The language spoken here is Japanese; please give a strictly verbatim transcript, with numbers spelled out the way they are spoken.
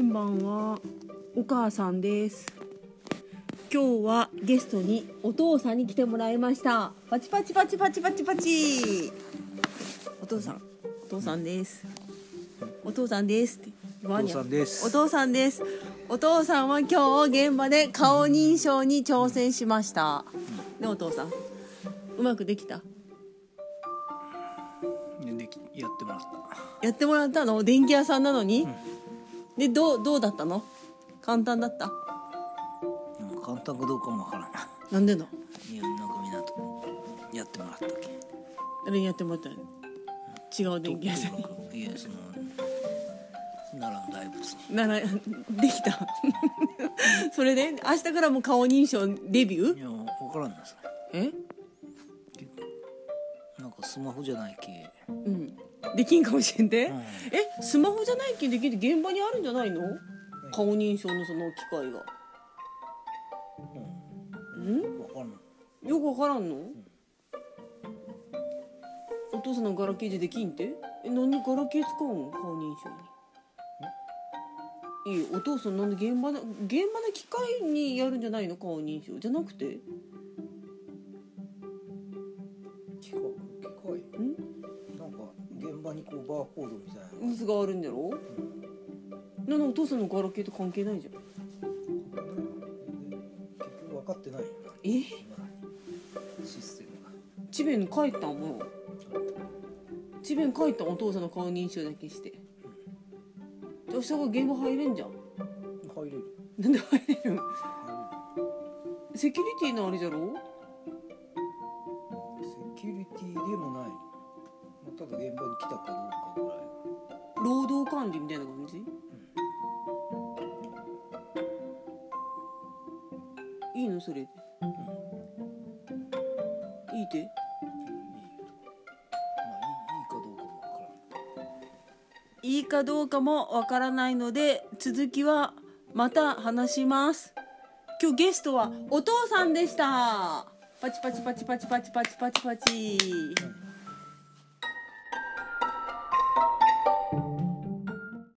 んばんは、お母さんです。今日はゲストにお父さんに来てもらいました。パチパチパチパチパチパチ。お父さん、お父さんです。お父さんですって。 お父さんです。 お父さんです。お父さんは今日現場で顔認証に挑戦しました。ね、お父さん、うまくできた？ できやってもらった。 やってもらったの？電気屋さんなのに、 うん、 でどうどうだったの？簡単だった？ 簡単かどうかもわからない。 なんでの？ いや、なんかみんなとやってもらったっけ。 誰にやってもらったの？違う電気屋さんに。 いや、その奈良の大仏に。 ならできた。それで明日からも顔認証デビュー？ いや、わからんなさ。 え？ なんかスマホじゃない系。 うん。できんかもしれんで、 うん、 え、スマホじゃないけどできる現場にあるんじゃないの？顔認証のその機械が。うん？ わからん。 よくわからんの？うん、お父さんのガラケーでできんて？え、何ガラケー使うの？顔認証に。いいよ、お父さんなんで現場の現場の機械にやるんじゃないの？顔認証じゃなくて？ 機械？機械？ん？なんか現場にこうバーコードみたいな。 渦があるんだろ？うん、なのお父さんのガラケーと関係ないじゃん。 結局分かってないよな。 え？ システムが。 智弁帰ったんもう。智弁帰ったん、お父さんの顔認証だけして。じゃあ明日が現場入れんじゃん。 入れる。 なんで入れる？ 入れる。 セキュリティのあれじゃろ？ セキュリティでもない。ただ現場に来たかどうかぐらい。 労働管理みたいな感じ？うん、いいのそれで？うん、いいって？いいよ。まあいいかどうかもわからないので、続きはまた話します。今日ゲストはお父さんでした。パチパチパチパチパチパチパチパチ。